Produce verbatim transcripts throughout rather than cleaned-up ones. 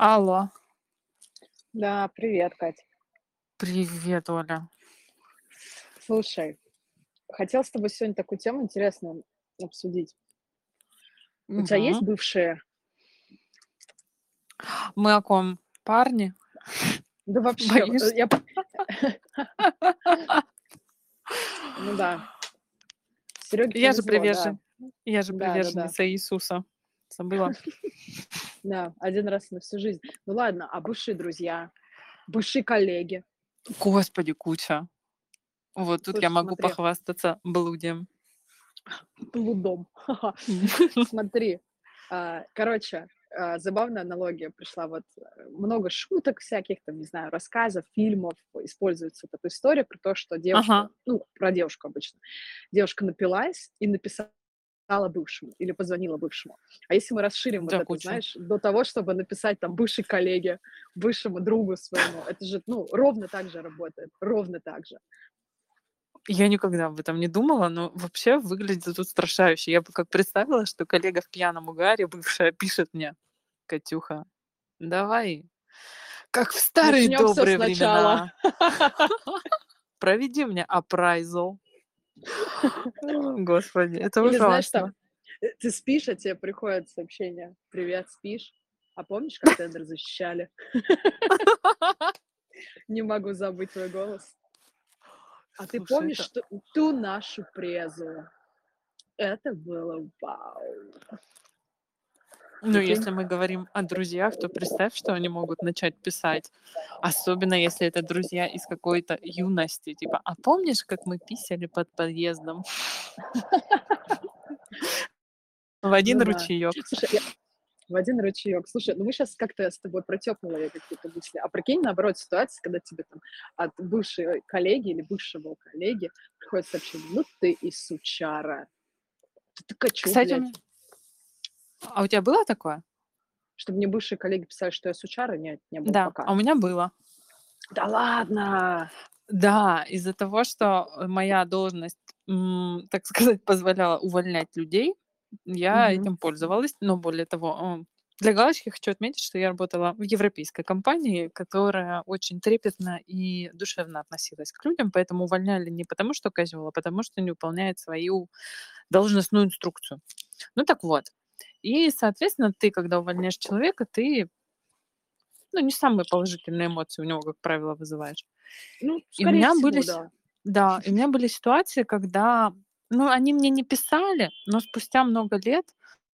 Алло. Да, привет, Кать. Привет, Оля. Слушай, хотела с тобой сегодня такую тему интересную обсудить. У тебя есть Мгм. бывшие? Мы о ком? Парни? Да вообще, э, Боишься? я п Ну да. Серёге Я же повезло, да. привержен я же Да-да-да. приверженница Иисуса. Забыла? Да, один раз на всю жизнь. Ну ладно, а бывшие друзья, бывшие коллеги? Господи, куча. Вот тут я Слушай, могу смотри, похвастаться блудием. блудом. Смотри, а, короче, а, забавная аналогия пришла. Вот, э, много шуток всяких, там, не знаю, рассказов, фильмов используется вот эта история про то, что девушка, Ага, ну, про девушку обычно. Девушка напилась и написала бывшему или позвонила бывшему. А если мы расширим вот да, это, куча. знаешь, до того, чтобы написать там бывшей коллеге, бывшему другу своему, это же, ну, ровно так же работает, ровно так же. Я никогда об этом не думала, но вообще выглядит устрашающе. Я бы как представила, что коллега в пьяном угаре, бывшая, пишет мне: "Катюха, давай, как в старые Начнем все добрые сначала. времена, проведи мне appraisal". О, Господи, это Или знаешь, там, ужасно. э, ты спишь, а тебе приходит сообщение: "Привет, спишь? А помнишь, как тендер защищали? Не могу забыть твой голос. А ты Слушай, помнишь, это что ту нашу презу? Это было вау". ну, Прикинь? если мы говорим о друзьях, то представь, что они могут начать писать. Особенно если это друзья из какой-то юности. Типа: "А помнишь, как мы писали под подъездом в один Ну да. ручеёк?" Слушай, я в один ручеёк. Слушай, ну мы сейчас как-то с тобой про тёплые какие-то мысли. А прикинь, наоборот, ситуация, когда тебе там от бывшей коллеги или бывшего коллеги приходит сообщение: "Ну ты и сучара". Ты такая: "Чё, Кстати, у блядь?" меня а у тебя было такое? Чтобы мне бывшие коллеги писали, что я сучара? Нет, не было Да, пока. а у меня было. Да ладно! Да, из-за того, что, э, моя должность, м, так сказать, позволяла увольнять людей, я Мгм. этим пользовалась. Но более того, м, для галочки хочу отметить, что я работала в европейской компании, которая очень трепетно и душевно относилась к людям, поэтому увольняли не потому, что козёл, а потому, что не выполняет свою должностную инструкцию. Ну так вот, и, соответственно, ты, когда увольняешь человека, ты, ну, не самые положительные эмоции у него, как правило, вызываешь. Ну, И у скорее меня были всего, с да. да, и у меня были ситуации, когда, ну, они мне не писали, но спустя много лет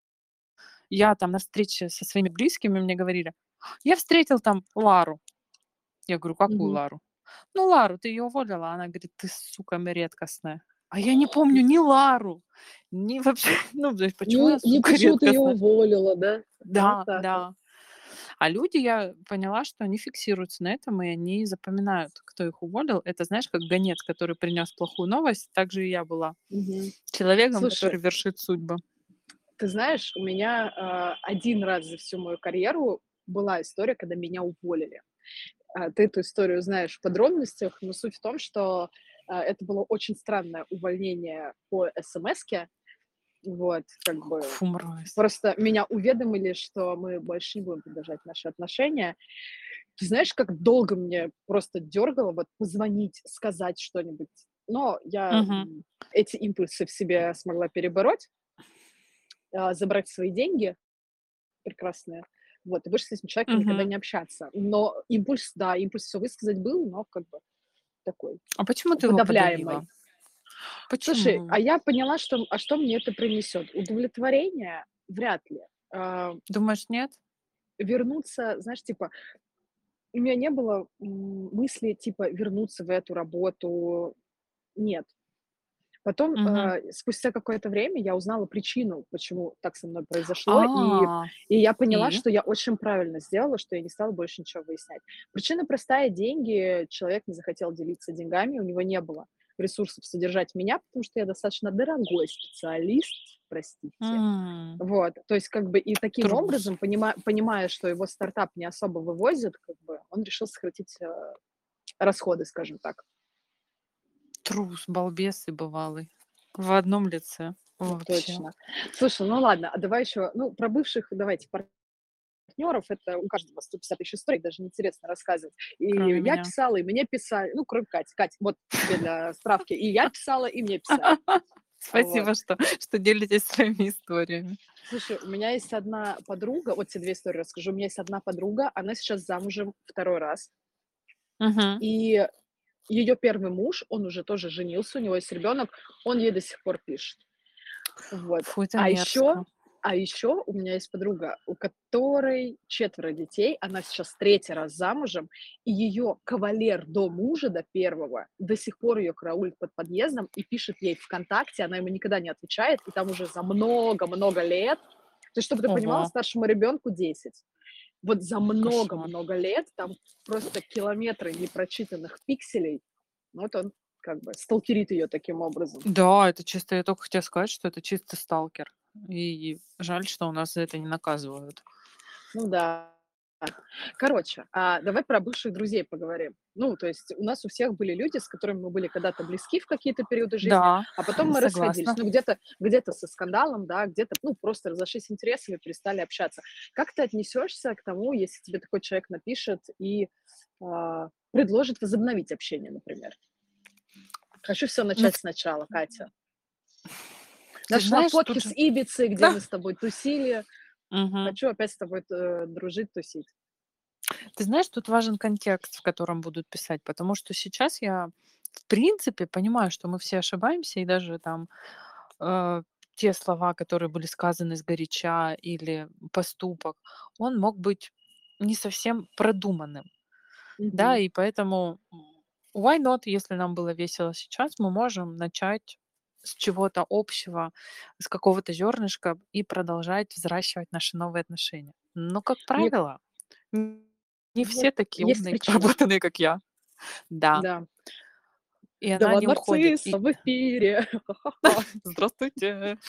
я там на встрече со своими близкими мне говорили: "Я встретил там Лару". Я говорю: "Какую Мгм. Лару?" "Ну, Лару, ты ее уволила". Она говорит: "Ты, сука, м, редкостная". А я не помню ни Лару, ни вообще, ну, то есть почему Не я, не сука, почему ты её редкостная? уволила, да? Вот Да, так вот. да. А люди, я поняла, что они фиксируются на этом, и они запоминают, кто их уволил. Это, знаешь, как гонец, который принес плохую новость. Так же и я была Мгм. человеком, Слушай, который вершит судьбы. ты знаешь, у меня, а, один раз за всю мою карьеру была история, когда меня уволили. А, ты эту историю знаешь в подробностях, но суть в том, что, а, это было очень странное увольнение по эсэмэске. Вот, как бы Фу, мразь. просто меня уведомили, что мы больше не будем продолжать наши отношения. Ты знаешь, как долго мне просто дёргало вот позвонить, сказать что-нибудь, но я, Мгм. м, эти импульсы в себе смогла перебороть, а, забрать свои деньги прекрасные, вот, и больше с этим человеком никогда Мгм. не общаться. Но импульс, да, импульс всё высказать был, но как бы такой А почему ты его подавляемый. подавила? Слушай, а Почему? я поняла, что а что мне это принесет? Удовлетворение? Вряд ли. А, Думаешь, нет? вернуться, знаешь, типа, у меня не было, м, мысли, типа, вернуться в эту работу. Нет. Потом, Мгм. э, спустя какое-то время я узнала причину, почему так со мной произошло, и А, и я поняла, и? что я очень правильно сделала, что я не стала больше ничего выяснять. Причина простая: деньги. Человек не захотел делиться деньгами, у него не было ресурсов содержать меня, потому что я достаточно дорогой специалист, простите. М, Вот, то есть как бы и таким трус. образом, понима понимая, что его стартап не особо вывозит, как бы он решил сократить, э, расходы, скажем так. Трус, балбес и бывалый. В одном лице. Ну, Вообще. точно. Слушай, ну ладно, а давай еще, ну, про бывших давайте партнеров партнеров, это у каждого сто пятьдесят тысяч историй, даже неинтересно рассказывать. И Кроме я меня. писала, и мне писали, ну, кроме Кати. Кать, вот тебе для справки. И я писала, и мне писали. Вот. Спасибо, что что делитесь своими историями. Слушай, у меня есть одна подруга, вот тебе две истории расскажу. У меня есть одна подруга, она сейчас замужем второй раз. Мгм. И ее первый муж, он уже тоже женился, у него есть ребенок, он ей до сих пор пишет. Вот. Фу, это А еще, мерзко. а еще у меня есть подруга, у которой четверо детей, она сейчас третий раз замужем, и ее кавалер до мужа, до первого, до сих пор ее караулит под подъездом и пишет ей ВКонтакте, она ему никогда не отвечает, и там уже за много-много лет, то есть, чтобы ты понимала, Ого, старшему ребенку десять. Вот за кошмар. много-много лет там просто километры непрочитанных пикселей. Ну, вот он как бы сталкерит ее таким образом. Да, это чисто я только хотела сказать, что это чисто сталкер. И жаль, что у нас за это не наказывают. Ну да. Короче, а давай про бывших друзей поговорим. Ну, то есть у нас у всех были люди, с которыми мы были когда-то близки в какие-то периоды жизни, Да, а потом мы расходились. согласна. Ну, где-то где-то со скандалом, да, где-то, ну, просто разошлись интересами, перестали общаться. Как ты отнесешься к тому, если тебе такой человек напишет и а, предложит возобновить общение, например? Хочу все Ну, начать сначала, Катя. ты Нашла знаешь, фотки тут с же Ибицы, где мы Да. с тобой тусили. Мгм. Хочу опять с тобой э, дружить, тусить. Ты знаешь, тут важен контекст, в котором будут писать, потому что сейчас я, в принципе, понимаю, что мы все ошибаемся, и даже там э, те слова, которые были сказаны сгоряча или поступок, он мог быть не совсем продуманным. Да, Мгм. и поэтому м, why not, если нам было весело сейчас, мы можем начать с чего-то общего, с какого-то зернышка и продолжать взращивать наши новые отношения. Но, как Мне правило, н- не вот все такие есть умные и причина, проработанные, как я. Да, да. и она Два не уходит. И нарцисса в эфире. Ха-ха-ха. здравствуйте.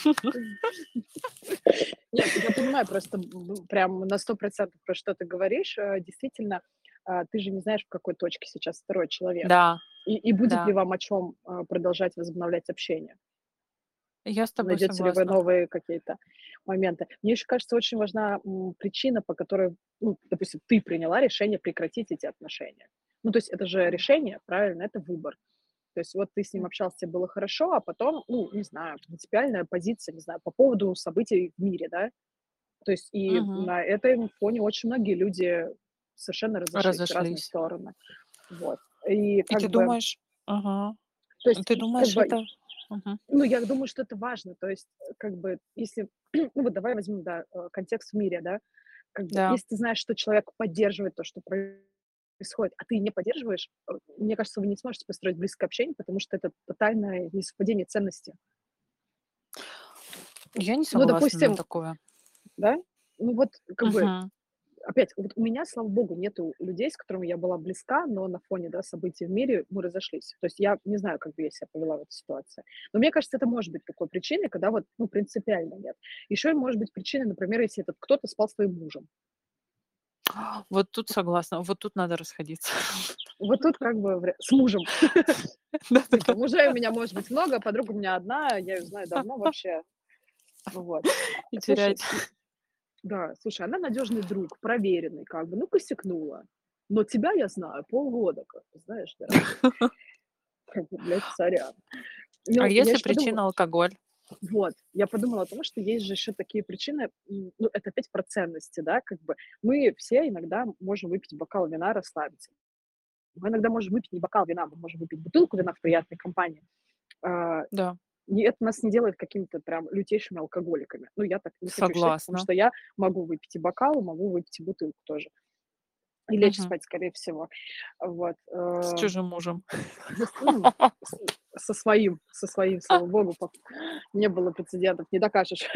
Нет, я понимаю просто б прям на сто процентов про что ты говоришь. Э, действительно, а, ты же не знаешь, в какой точке сейчас второй человек. Да, И и будет ли да, вам о чем продолжать возобновлять общение. я с тобой Найдете ли вы согласна. новые какие-то моменты. Мне еще кажется, очень важна, м, причина, по которой, ну, допустим, ты приняла решение прекратить эти отношения. Ну, то есть это же решение, правильно? Это выбор. То есть вот ты с ним М, общался, тебе было хорошо, а потом, ну, не знаю, принципиальная позиция, не знаю, по поводу событий в мире, да. То есть и мгм. на этом фоне очень многие люди совершенно разошлись в разные Разошлись. стороны. Вот. И И как ты бы, думаешь, ага, то есть, ты как думаешь, бы, это... Мгм. ну, я думаю, что это важно. То есть, э, как бы, если, ну, вот давай возьмем, да, э, контекст в мире, да, как бы, Да. если ты знаешь, что человек поддерживает то, что происходит, а ты не поддерживаешь, э, мне кажется, вы не сможете построить близкое общение, потому что это тотальное несовпадение ценностей. Я не Ну, согласна на допустим, такое. да, ну вот, как бы, Мгм. опять, вот у меня, слава богу, нету людей, с которыми я была близка, но на фоне, да, событий в мире мы разошлись. То есть я не знаю, как бы я себя повела в этой ситуации. Но мне кажется, это может быть такой причиной, когда вот, ну, принципиально нет. Еще и может быть причиной, например, если этот кто-то спал с твоим мужем. Вот тут согласна, вот тут надо расходиться. Вот тут как бы вря- с мужем. Типа, Да-да-да. мужей у меня может быть много, а подруга у меня одна, я ее знаю давно вообще. Вот. А, И Слушай, терять. и- да, слушай, она надежный друг, проверенный, как бы, ну, косякнула. Но тебя я знаю полгода, как бы, знаешь, дорогой. Как бы, блядь, сорян. А Ну, я если еще подумала, причина алкоголь? вот, я подумала о том, что есть же еще такие причины, м, ну, это опять про ценности, да, как бы. Мы все иногда можем выпить бокал вина, расслабиться. Мы иногда можем выпить не бокал вина, мы можем выпить бутылку вина в приятной компании. А, Да, и это нас не делает какими-то прям лютейшими алкоголиками. Ну, я так не хочу считать, потому согласна. что я могу выпить и бокал, могу выпить и бутылку тоже. И лечь Мгм. спать, скорее всего. Вот. С э, чужим мужем. Зас ну, с со своим со своим, слава богу, пок не было прецедентов, не докажешь.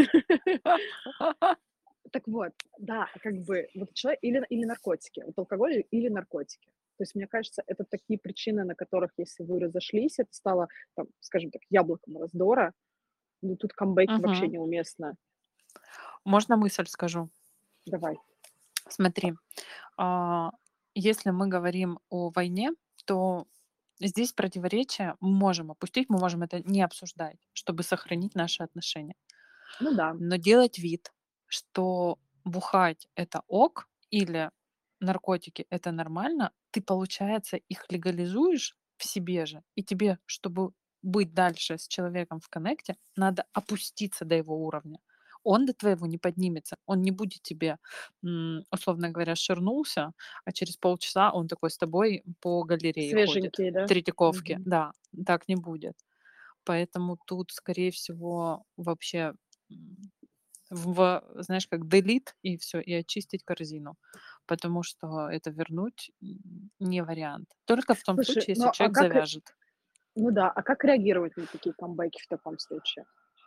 Так вот, да, как бы вот человек или или наркотики, вот алкоголь или наркотики. То есть, мне кажется, это такие причины, на которых, если вы разошлись, это стало, там, скажем так, яблоком раздора, ну, тут камбэки вообще Мгм. неуместно. Можно мысль скажу? Давай. Смотри, а, если мы говорим о войне, то здесь противоречия мы можем опустить, мы можем это не обсуждать, чтобы сохранить наши отношения. Ну да. Но делать вид, что бухать — это ок, или наркотики- это нормально, ты, получается, их легализуешь в себе же, и тебе, чтобы быть дальше с человеком в коннекте, надо опуститься до его уровня. Он до твоего не поднимется, он не будет тебе, м, условно говоря, ширнулся, а через полчаса он такой с тобой по галерее ходит, Свеженький, да? Третьяковке. Мгм. Да, так не будет. Поэтому тут, скорее всего, вообще, м, в знаешь, как делит и все, и очистить корзину, потому что это вернуть, м, не вариант. Только в том Слушай, случае, ну если а человек как ре завяжет. ну да, а как реагировать на такие камбэки в таком случае?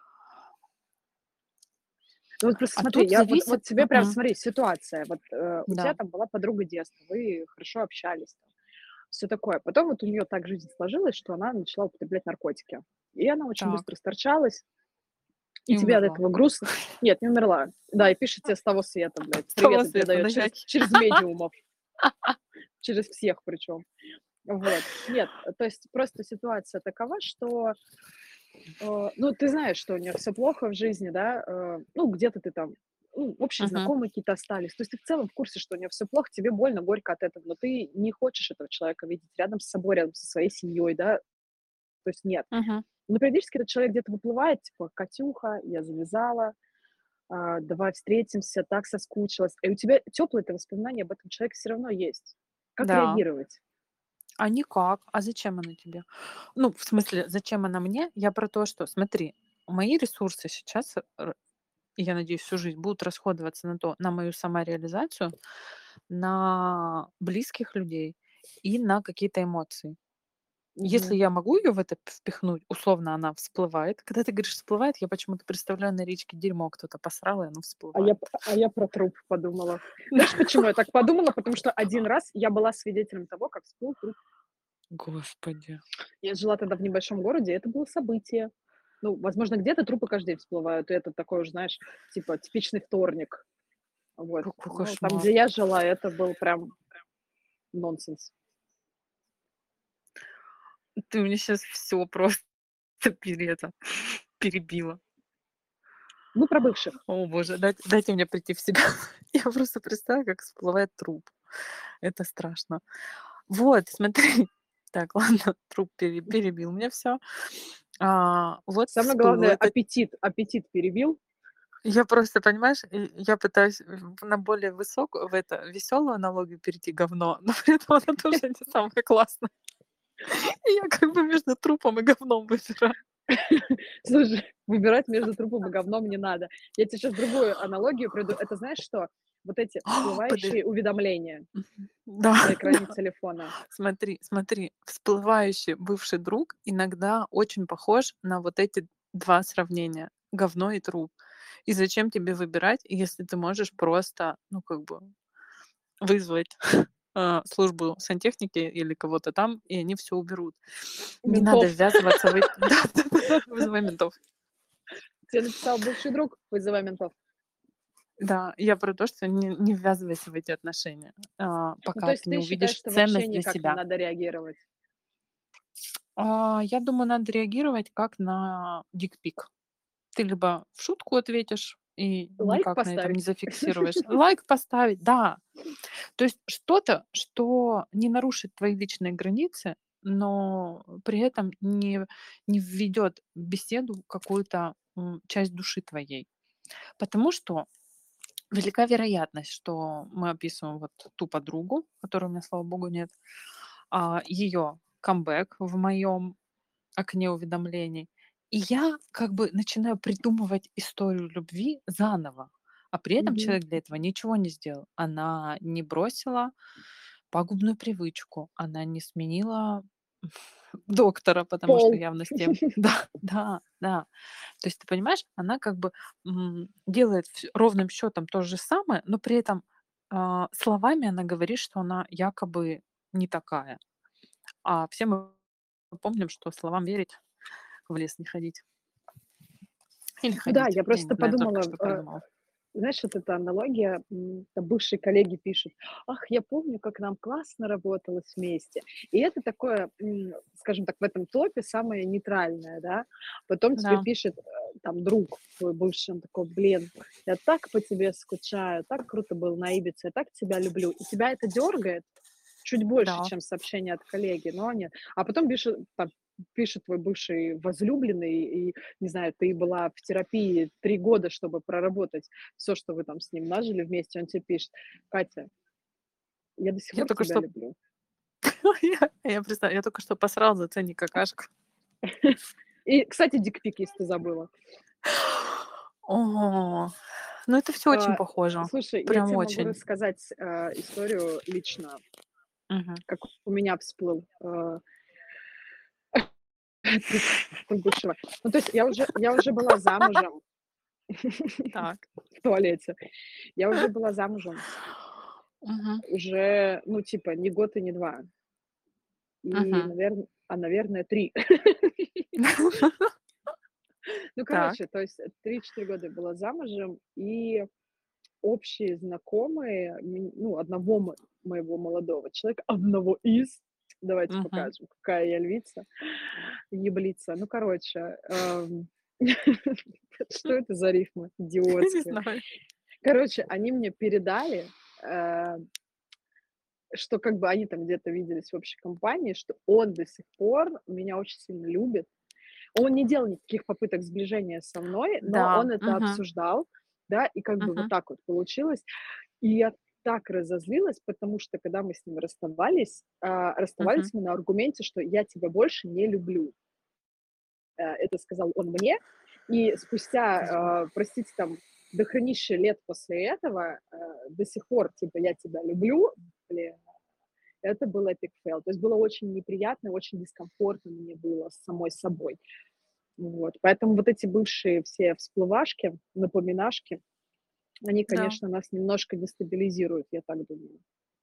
Ну вот просто А смотри, тут я вот зависит. вот тебе прям Мгм. смотри, ситуация. Вот, э, у тебя Да, там была подруга детства, вы хорошо общались там, всё такое. Потом вот у нее так жизнь сложилась, что она начала употреблять наркотики. И она очень быстро так. сторчалась, и И тебе от умерла. этого грустно. Нет, не умерла. Да, и пишет тебе с того света, блядь. С того Приветы света передает на через всякий. через медиумов, через всех причем. Вот. Нет, э, то есть просто ситуация такова, что, э, ну, ты знаешь, что у нее все плохо в жизни, да, э, ну, где-то ты там, ну, общие Мгм. знакомые какие-то остались. То есть ты в целом в курсе, что у нее все плохо, тебе больно, горько от этого, но ты не хочешь этого человека видеть рядом с собой, рядом со своей семьей, да, то есть нет. Мгм. Но периодически этот человек где-то выплывает, типа: "Катюха, я завязала, а, давай встретимся, так соскучилась". И у тебя теплые-то воспоминания об этом человеке все равно есть. Как Да. реагировать? А никак. А зачем она тебе? Ну, в смысле, зачем она мне? Я про то, что, смотри, мои ресурсы сейчас, р и я надеюсь, всю жизнь будут расходоваться на то, на мою самореализацию, на близких людей и на какие-то эмоции. Если Мгм. я могу ее в это п впихнуть, условно, она всплывает. Когда ты говоришь "всплывает", я почему-то представляю, на речке дерьмо кто-то посрал, и оно А я всплывает. п а я про труп подумала. Знаешь, почему я так подумала? Потому что один раз я была свидетелем того, как всплыл труп. Господи, Я жила тогда в небольшом городе, и это было событие. Ну, возможно, где-то трупы каждый день всплывают, и это такой уж, знаешь, типа типичный вторник. Вот. какой Но там, кошмар. где я жила, это был прям нонсенс. Ты мне сейчас все просто пере это перебила. Ну, про бывших. О боже, дайте дайте мне прийти в себя. Я просто представила, как всплывает труп. Это страшно. Вот, смотри. Так, ладно, труп пере перебил мне все. А, вот Самое всплыл главное, этот. аппетит аппетит перебил. Я просто, понимаешь, и я пытаюсь в на более высокую, в это, веселую аналогию перейти, говно, но при этом она тоже не самая классная. И я как бы между трупом и говном выбираю. Слушай, выбирать между трупом и говном не надо. Я тебе сейчас другую аналогию приведу. Это знаешь что? Вот эти Подожди. всплывающие уведомления Да, на экране да. телефона. Смотри, смотри, всплывающий бывший друг иногда очень похож на вот эти два сравнения: говно и труп. И зачем тебе выбирать, если ты можешь просто, ну, как бы вызвать, а, службу сантехники или кого-то там, и они все уберут. Не надо Ментов. ввязываться в эти. Да-да-да, вызывай ментов. Тебе написал бывший друг: "Вызывай ментов". Да, я про то, что не не ввязывайся в эти отношения, а, Ну, то пока есть ты не ты считаешь, увидишь что вообще ценность для никак не себя. надо реагировать? А, я думаю, надо реагировать как на дикпик. Ты либо в шутку ответишь и Лайк никак на этом не поставить? зафиксируешь. Лайк поставить, да. То есть что-то, что не нарушит твои личные границы, но при этом не не введет в беседу какую-то, м, часть души твоей. Потому что велика вероятность, что мы описываем вот ту подругу, которой у меня, слава богу, нет, а, ее камбэк в моем окне уведомлений. И я как бы начинаю придумывать историю любви заново, а при этом Мгм. человек для этого ничего не сделал. Она не бросила пагубную привычку, она не сменила доктора, потому что Пол. явно с тем. Да, да, да. То есть ты понимаешь, она как бы м, делает вс- ровным счетом то же самое, но при этом а, словами она говорит, что она якобы не такая. А все мы помним, что словам верить, в лес не ходить. Или Ну да, ходить. я Я не просто знаю, только подумала, что э, придумала. знаешь, вот эта аналогия, м, там бывшие коллеги пишут: "Ах, я помню, как нам классно работалось вместе". И это такое, м, скажем так, в этом топе самое нейтральное, да. Потом тебе Да, пишет, э, там друг твой бывший, он такой: "Блин, я так по тебе скучаю, так круто был на Ибице, я так тебя люблю". И тебя это дергает чуть больше, да. чем сообщение от коллеги, но нет. А потом пишет там пишет твой бывший возлюбленный, и, не знаю, ты была в терапии три года, чтобы проработать все, что вы там с ним нажили вместе. Он тебе пишет: "Катя, я до сих Я пор только тебя что люблю". я я представляю, я только что посрал за ценник какашку. И, кстати, дикпик, если ты забыла. О, ну это все очень А, похоже. слушай, я Прям тебе могу очень. рассказать, а, историю лично, Мгм. как у меня всплыл, а, труп труп бывшего. Ну, то есть я уже я уже была замужем Так. в туалете. Я уже была замужем, Мгм. уже, ну, типа, не год и не два, и, Мгм. наверно а, наверное, три. Ну, Так. короче, то есть три-четыре года я была замужем, и общие знакомые, м, ну, одного мо моего молодого человека, одного из, давайте Мгм. покажем, какая я львица, еблица. Ну, короче, эм, что это за рифмы Не идиотские? знаю. Короче, они мне передали, э, что как бы они там где-то виделись в общей компании, что он до сих пор меня очень сильно любит. Он не делал никаких попыток сближения со мной, но Да. он это Мгм. обсуждал, да, и как бы вот Мгм. так вот получилось. И я так разозлилась, потому что когда мы с ним расставались, а, расставались Мгм. мы на аргументе, что я тебя больше не люблю. Э, это сказал он мне. И Козёл. спустя, э, простите, там, дохренища лет после этого, э, до сих пор, типа, я тебя люблю, блин, это был epic fail. То есть было очень неприятно, очень дискомфортно мне было с самой собой. Вот. Поэтому вот эти бывшие все всплывашки, напоминашки, они, Да. конечно, нас немножко дестабилизируют, я так думаю.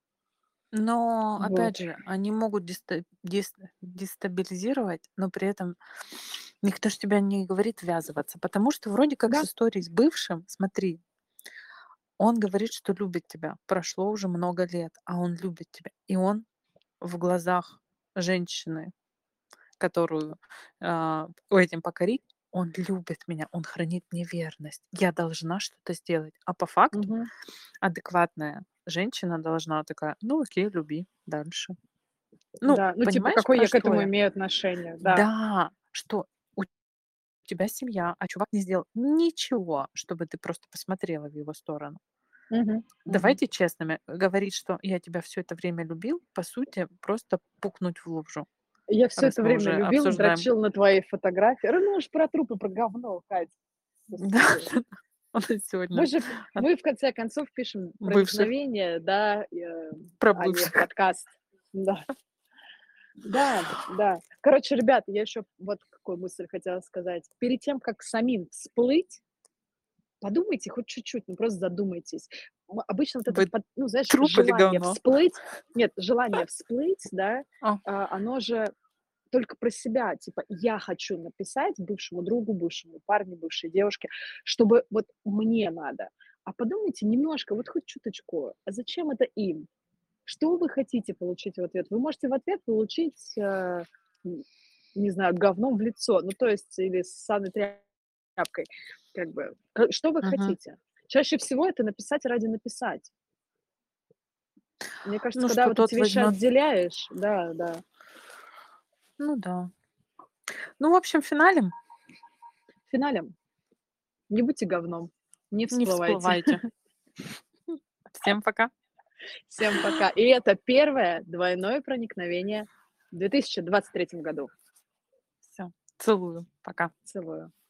Но Вот. опять же, они могут деста дес дестабилизировать, но при этом никто ж тебя не говорит ввязываться, потому что вроде как с Да. историей с бывшим, смотри, он говорит, что любит тебя. Прошло уже много лет, а он любит тебя. И он в глазах женщины, которую, а, этим покорить, он любит меня, он хранит мне верность. Я должна что-то сделать. А по факту Мгм. адекватная женщина должна такая: "Ну, окей, люби дальше". Ну, Да. Ну, типа, понимаешь, какое про я к что этому я? имею отношение? Да. Да, что у тебя семья, а чувак не сделал ничего, чтобы ты просто посмотрела в его сторону. Мгм. Мгм. Давайте честными. Говорить, что я тебя все это время любил, по сути, просто пукнуть в лужу, Я все раз это мы время уже любил, обсуждаем. дрочил на твои фотографии. Ра ну уж про трупы, про говно, Кать, Да, господи. у нас Мы сегодня же от мы, в конце концов, пишем бывших проникновение, да, э, про а не бывших. подкаст. Да. Да, да. Короче, ребята, я еще вот какую мысль хотела сказать. Перед тем, как самим всплыть, подумайте хоть чуть-чуть, ну просто задумайтесь. М, обычно вот это, Вы под ну, знаешь, труп или желание говно? всплыть нет, желание всплыть, да, А, а, оно же только про себя. Типа, я хочу написать бывшему другу, бывшему парню, бывшей девушке, чтобы вот мне надо. А подумайте немножко, вот хоть чуточку, а зачем это им? Что вы хотите получить в ответ? Вы можете в ответ получить, э, м, не знаю, говном в лицо, ну, то есть или ссаной тряпкой, как бы. К что вы мгм. хотите? Чаще всего это написать ради написать. Мне кажется, Ну, когда что вот эти тот вещи возьмет. отделяешь, да, да. Ну да. Ну, в общем, финалем. Финалем. Не будьте говном, не Не всплывайте. всплывайте. Всем пока. Всем пока. И это первое двойное проникновение в две тысячи двадцать третьем году. Все. Целую. Пока. Целую.